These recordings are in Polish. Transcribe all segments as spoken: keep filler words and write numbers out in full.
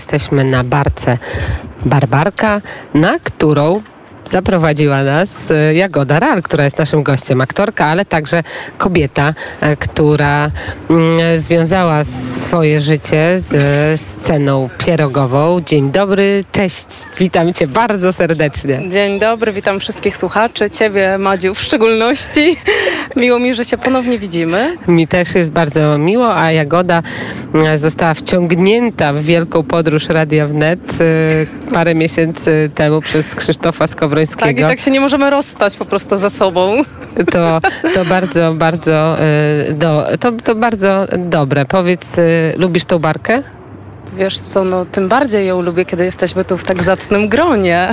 Jesteśmy na barce Barbarka, na którą zaprowadziła nas Jagoda Ral, która jest naszym gościem, aktorka, ale także kobieta, która związała swoje życie z sceną pierogową. Dzień dobry, cześć, witam Cię bardzo serdecznie. Dzień dobry, witam wszystkich słuchaczy, Ciebie, Madziu, w szczególności. Miło mi, że się ponownie widzimy. Mi też jest bardzo miło, a Jagoda została wciągnięta w wielką podróż Radia Wnet parę miesięcy temu przez Krzysztofa Skowrońskiego. Tak, i tak się nie możemy rozstać po prostu ze sobą. To, to bardzo, bardzo, do, to, to bardzo dobre. Powiedz, lubisz tą barkę? Wiesz co, no tym bardziej ją lubię, kiedy jesteśmy tu w tak zacnym gronie.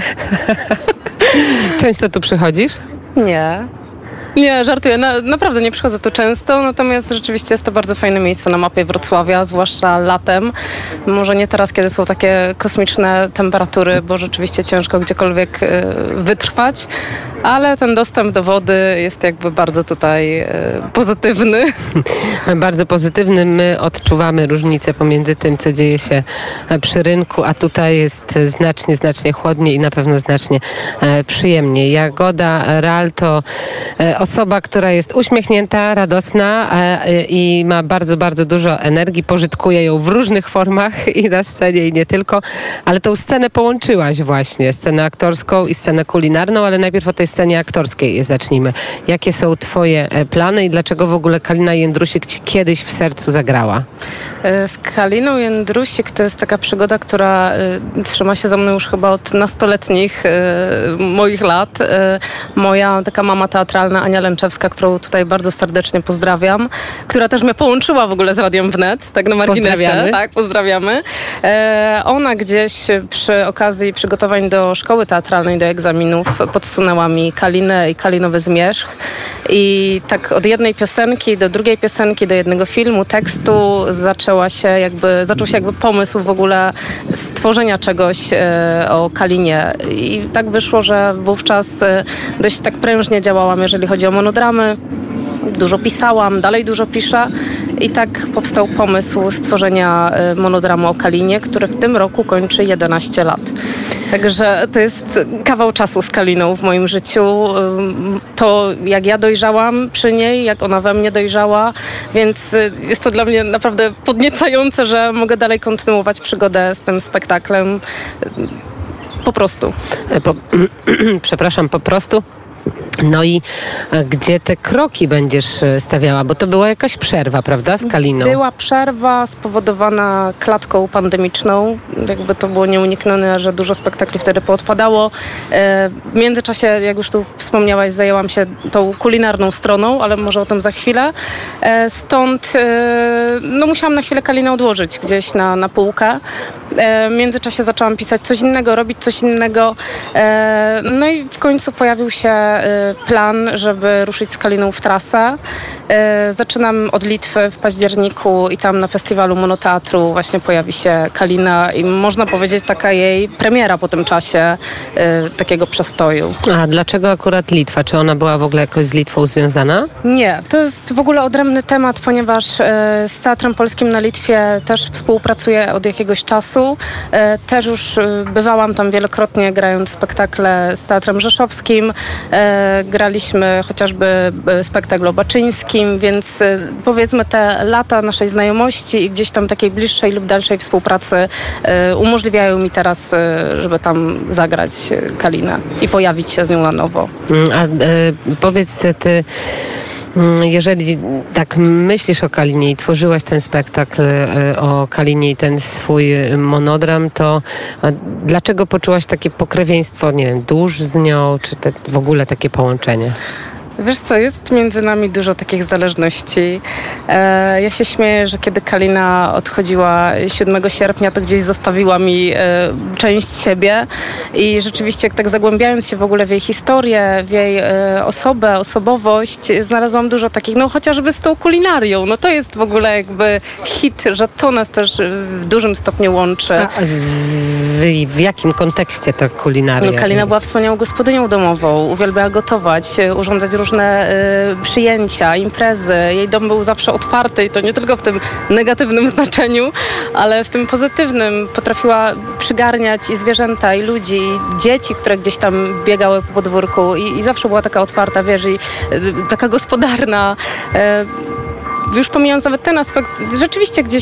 Często tu przychodzisz? Nie. Nie, żartuję. Na, naprawdę nie przychodzę tu często, natomiast rzeczywiście jest to bardzo fajne miejsce na mapie Wrocławia, zwłaszcza latem. Może nie teraz, kiedy są takie kosmiczne temperatury, bo rzeczywiście ciężko gdziekolwiek y, wytrwać, ale ten dostęp do wody jest jakby bardzo tutaj y, pozytywny. Bardzo pozytywny. My odczuwamy różnicę pomiędzy tym, co dzieje się przy rynku, a tutaj jest znacznie, znacznie chłodniej i na pewno znacznie e, przyjemniej. Jagoda Ral to e, osoba, która jest uśmiechnięta, radosna e, i ma bardzo, bardzo dużo energii. Pożytkuje ją w różnych formach i na scenie, i nie tylko. Ale tą scenę połączyłaś właśnie, scenę aktorską i scenę kulinarną, ale najpierw o tej scenie aktorskiej zacznijmy. Jakie są Twoje plany i dlaczego w ogóle Kalina Jędrusik Ci kiedyś w sercu zagrała? Z Kaliną Jędrusik to jest taka przygoda, która y, trzyma się za mną już chyba od nastoletnich y, moich lat. Y, moja taka mama teatralna Ania Lęczewska, którą tutaj bardzo serdecznie pozdrawiam, która też mnie połączyła w ogóle z Radiem Wnet, tak na marginesie. Pozdrawiamy. Tak, pozdrawiamy. Y, ona gdzieś przy okazji przygotowań do szkoły teatralnej, do egzaminów podsunęła mi Kalinę i Kalinowy Zmierzch i tak od jednej piosenki do drugiej piosenki, do jednego filmu, tekstu zaczęła się jakby, zaczął się jakby pomysł w ogóle stworzenia czegoś e, o Kalinie. I tak wyszło, że wówczas e, dość tak prężnie działałam, jeżeli chodzi o monodramy. Dużo pisałam, dalej dużo piszę i tak powstał pomysł stworzenia e, monodramu o Kalinie, który w tym roku kończy jedenaście lat. Także to jest kawał czasu z Kaliną w moim życiu. To jak ja dojrzałam przy niej, jak ona we mnie dojrzała, więc jest to dla mnie naprawdę podniecające, że mogę dalej kontynuować przygodę z tym spektaklem. Po prostu. Po, przepraszam, po prostu? No i gdzie te kroki będziesz stawiała? Bo to była jakaś przerwa, prawda, z Kaliną? Była przerwa spowodowana klatką pandemiczną. Jakby to było nieuniknione, że dużo spektakli wtedy poodpadało. W międzyczasie, jak już tu wspomniałaś, zajęłam się tą kulinarną stroną, ale może o tym za chwilę. Stąd no, musiałam na chwilę Kalinę odłożyć gdzieś na, na półkę. W międzyczasie zaczęłam pisać coś innego, robić coś innego. No i w końcu pojawił się plan, żeby ruszyć z Kaliną w trasę. Zaczynam od Litwy w październiku i tam na festiwalu Monoteatru właśnie pojawi się Kalina i można powiedzieć taka jej premiera po tym czasie takiego przestoju. A dlaczego akurat Litwa? Czy ona była w ogóle jakoś z Litwą związana? Nie, to jest w ogóle odrębny temat, ponieważ z Teatrem Polskim na Litwie też współpracuję od jakiegoś czasu. Też już bywałam tam wielokrotnie, grając spektakle z Teatrem Rzeszowskim. Graliśmy chociażby spektakl o Baczyńskim, więc powiedzmy te lata naszej znajomości i gdzieś tam takiej bliższej lub dalszej współpracy umożliwiają mi teraz, żeby tam zagrać Kalinę i pojawić się z nią na nowo. A e, powiedz ty, jeżeli tak myślisz o Kalinie i tworzyłaś ten spektakl o Kalinie i ten swój monodram, to dlaczego poczułaś takie pokrewieństwo, nie wiem, dusz z nią, czy te, w ogóle takie połączenie? Wiesz co, jest między nami dużo takich zależności. E, ja się śmieję, że kiedy Kalina odchodziła siódmego sierpnia, to gdzieś zostawiła mi e, część siebie i rzeczywiście tak zagłębiając się w ogóle w jej historię, w jej e, osobę, osobowość, znalazłam dużo takich, no chociażby z tą kulinarią. No to jest w ogóle jakby hit, że to nas też w dużym stopniu łączy. A w, w jakim kontekście ta kulinaria? No, Kalina była wspaniałą gospodynią domową, uwielbiała gotować, urządzać różne różne y, przyjęcia, imprezy. Jej dom był zawsze otwarty i to nie tylko w tym negatywnym znaczeniu, ale w tym pozytywnym. Potrafiła przygarniać i zwierzęta, i ludzi, i dzieci, które gdzieś tam biegały po podwórku i, i zawsze była taka otwarta, wiesz, i y, taka gospodarna. Y, już pomijając nawet ten aspekt, rzeczywiście gdzieś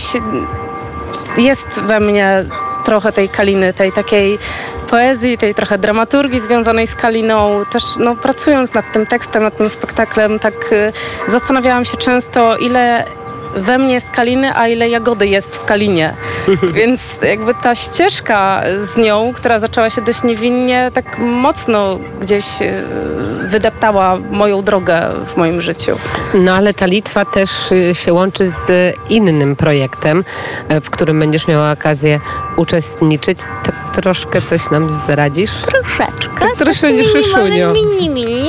jest we mnie trochę tej Kaliny, tej takiej poezji, tej trochę dramaturgii związanej z Kaliną. Też no, pracując nad tym tekstem, nad tym spektaklem, tak y, zastanawiałam się często, ile we mnie jest Kaliny, a ile Jagody jest w Kalinie. Więc jakby ta ścieżka z nią, która zaczęła się dość niewinnie, tak mocno gdzieś wydeptała moją drogę w moim życiu. No ale ta Litwa też się łączy z innym projektem, w którym będziesz miała okazję uczestniczyć. Tak troszkę coś nam zdradzisz? Troszeczkę. Tak troszkę szyszunio. Mini, mini.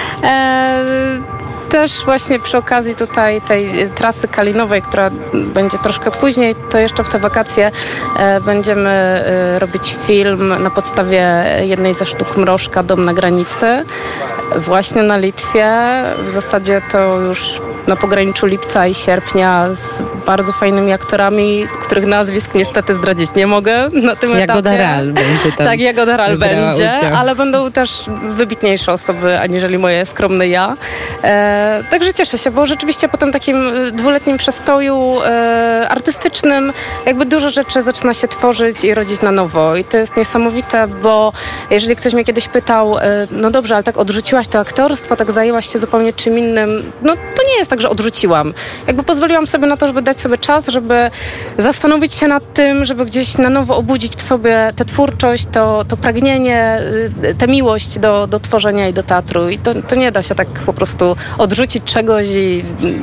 Eee, Też właśnie przy okazji tutaj tej trasy kalinowej, która będzie troszkę później, to jeszcze w te wakacje e, będziemy e, robić film na podstawie jednej ze sztuk Mrożka, Dom na granicy, właśnie na Litwie. W zasadzie to już na pograniczu lipca i sierpnia z bardzo fajnymi aktorami, których nazwisk niestety zdradzić nie mogę na tym etapie. Jagoda Ral będzie tam. Tak, Jagoda Ral będzie, udział. Ale będą też wybitniejsze osoby, aniżeli moje skromne ja. E, także cieszę się, bo rzeczywiście po tym takim dwuletnim przestoju e, artystycznym jakby dużo rzeczy zaczyna się tworzyć i rodzić na nowo. I to jest niesamowite, bo jeżeli ktoś mnie kiedyś pytał, e, no dobrze, ale tak odrzuciłaś to aktorstwo, tak zajęłaś się zupełnie czym innym, no to nie jest tak, że odrzuciłam. Jakby pozwoliłam sobie na to, żeby dać sobie czas, żeby zastanowić się nad tym, żeby gdzieś na nowo obudzić w sobie tę twórczość, to, to pragnienie, tę miłość do, do tworzenia i do teatru. I to, to nie da się tak po prostu odrzucić czegoś i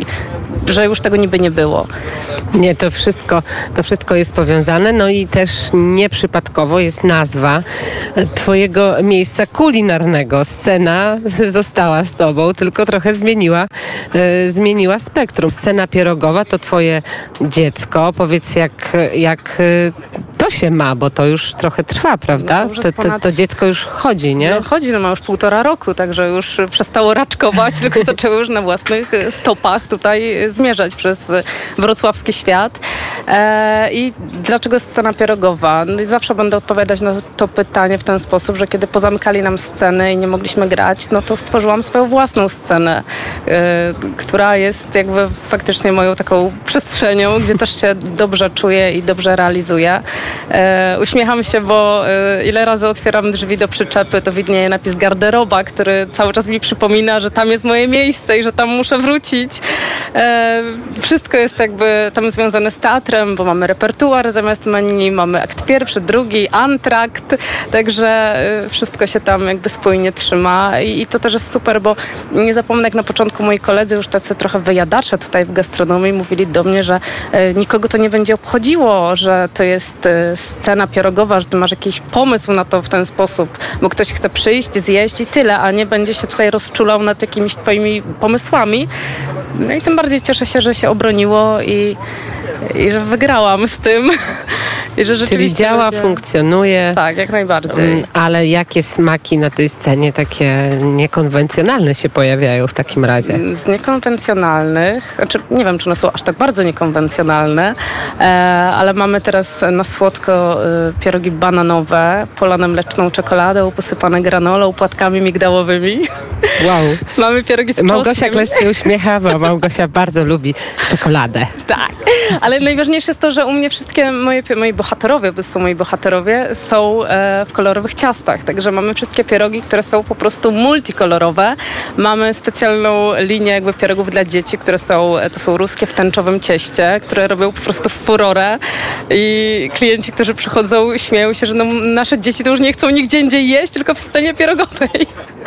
że już tego niby nie było. Nie, to wszystko, to wszystko jest powiązane, no i też nieprzypadkowo jest nazwa twojego miejsca kulinarnego. Scena została z tobą, tylko trochę zmieniła, e, zmieniła spektrum. Scena pierogowa to twoje dziecko. Powiedz, jak, jak to się ma, bo to już trochę trwa, prawda? No, to, to, to dziecko już chodzi, nie? No chodzi, no ma już półtora roku, także już przestało raczkować, tylko zaczęło już na własnych stopach tutaj zmierzać przez wrocławski świat. E, I dlaczego scena pierogowa? No zawsze będę odpowiadać na to pytanie w ten sposób, że kiedy pozamykali nam sceny i nie mogliśmy grać, no to stworzyłam swoją własną scenę, e, która jest jakby faktycznie moją taką przestrzenią, gdzie też się dobrze czuję i dobrze realizuję. E, uśmiecham się, bo e, ile razy otwieram drzwi do przyczepy, to widnieje napis garderoba, który cały czas mi przypomina, że tam jest moje miejsce i że tam muszę wrócić. E, wszystko jest jakby tam związane z teatrem, bo mamy repertuar zamiast menu, mamy akt pierwszy, drugi, antrakt, także e, wszystko się tam jakby spójnie trzyma i, i to też jest super, bo nie zapomnę, jak na początku moi koledzy, już tacy trochę wyjadacze tutaj w gastronomii, mówili do mnie, że e, nikogo to nie będzie obchodziło, że to jest e, scena pierogowa, że ty masz jakiś pomysł na to w ten sposób, bo ktoś chce przyjść, zjeść i tyle, a nie będzie się tutaj rozczulał nad jakimiś twoimi pomysłami. No i tym bardziej cieszę się, że się obroniło i, i że wygrałam z tym. I że Czyli działa, będzie... funkcjonuje. Tak, jak najbardziej. Ale jakie smaki na tej scenie takie niekonwencjonalne się pojawiają w takim razie? Z niekonwencjonalnych, znaczy nie wiem, czy one są aż tak bardzo niekonwencjonalne, e, ale mamy teraz na słodko e, pierogi bananowe, polane mleczną czekoladą, posypane granolą, płatkami migdałowymi. Wow. Mamy pierogi z czosnkiem. Małgosia Kleś się uśmiecha, bo Małgosia bardzo lubi czekoladę. Tak, ale najważniejsze jest to, że u mnie wszystkie moje, moi bohaterowie, bo są moi bohaterowie, są e, w kolorowych ciastach. Także mamy wszystkie pierogi, które są po prostu multikolorowe. Mamy specjalną linię jakby pierogów dla dzieci, które są, to są ruskie w tęczowym cieście, które robią po prostu furorę i klienci, którzy przychodzą, śmieją się, że no, nasze dzieci to już nie chcą nigdzie indziej jeść, tylko w scenie pierogowej.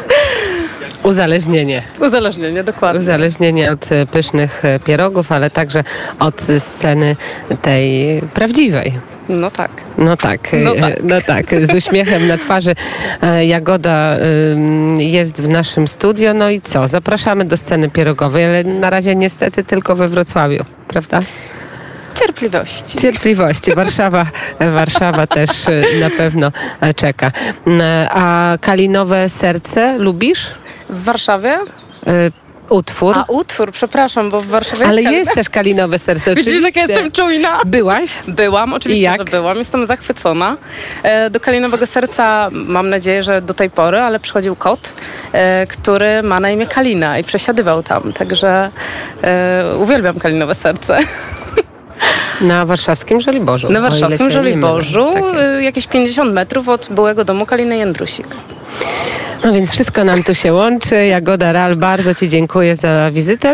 Uzależnienie. Uzależnienie, dokładnie. Uzależnienie od pysznych pierogów, ale także od sceny tej prawdziwej. No tak. No tak, no tak, no tak. Z uśmiechem na twarzy Jagoda jest w naszym studio. No i co? Zapraszamy do sceny pierogowej, ale na razie niestety tylko we Wrocławiu, prawda? Cierpliwości. Cierpliwości. Warszawa, Warszawa też na pewno czeka. A kalinowe serce lubisz? W Warszawie? utwór. A utwór, przepraszam, bo w Warszawie Ale jest, jest też Kalinowe serce. Widzisz, jak ja jestem czujna? Byłaś? Byłam, oczywiście, jak? że byłam. Jestem zachwycona. Do Kalinowego serca mam nadzieję, że do tej pory, ale przychodził kot, który ma na imię Kalina i przesiadywał tam. Także e, uwielbiam Kalinowe serce. Na warszawskim Żoliborzu. Na warszawskim Żoliborzu, tak jakieś pięćdziesiąt metrów od byłego domu Kaliny Jędrusik. No więc wszystko nam tu się łączy. Jagoda Ral, bardzo Ci dziękuję za wizytę.